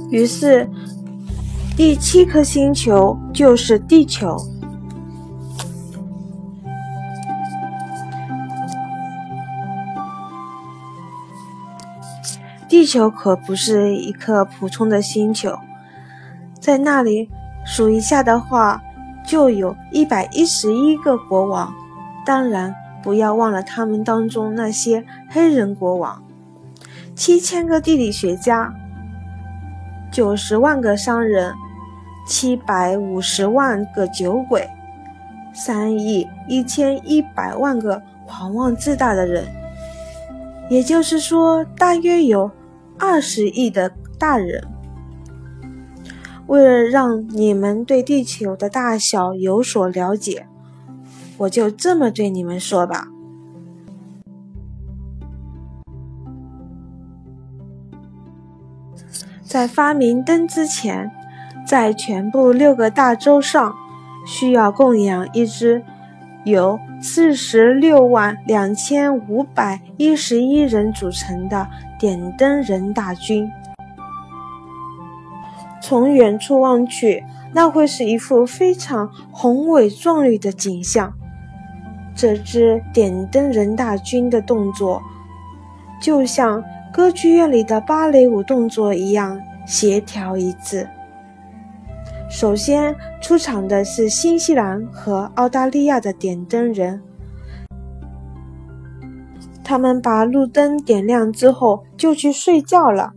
于是第7颗星球就是地球。地球可不是一颗普通的星球，在那里数一下的话，就有111个国王，当然不要忘了他们当中那些黑人国王，7000个地理学家，90万个商人，750万个酒鬼，3亿1100万个狂妄自大的人，也就是说大约有20亿的大人。为了让你们对地球的大小有所了解，我就这么对你们说吧。在发明灯之前，在全部6个大洲上需要供养一支由462511人组成的点灯人大军。从远处望去，那会是一幅非常宏伟壮丽的景象。这支点灯人大军的动作就像歌剧院里的芭蕾舞动作一样协调一致。首先出场的是新西兰和澳大利亚的点灯人，他们把路灯点亮之后就去睡觉了。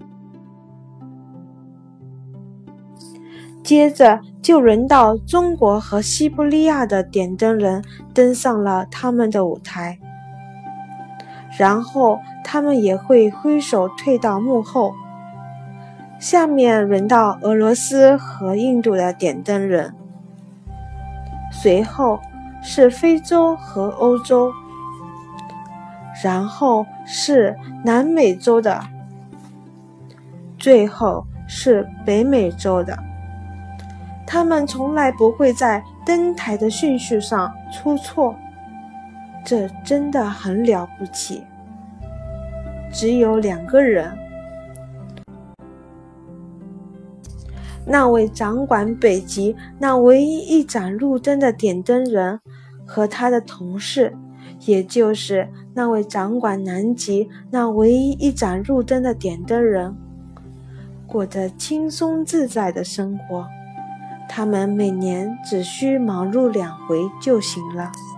接着就轮到中国和西伯利亚的点灯人登上了他们的舞台，然后他们也会挥手退到幕后。下面轮到俄罗斯和印度的点灯人，随后是非洲和欧洲，然后是南美洲的，最后是北美洲的。他们从来不会在灯台的顺序上出错，这真的很了不起。只有2个人，那位掌管北极那唯一一盏路灯的点灯人和他的同事，也就是那位掌管南极那唯一一盏路灯的点灯人，过着轻松自在的生活。他们每年只需忙碌2回就行了。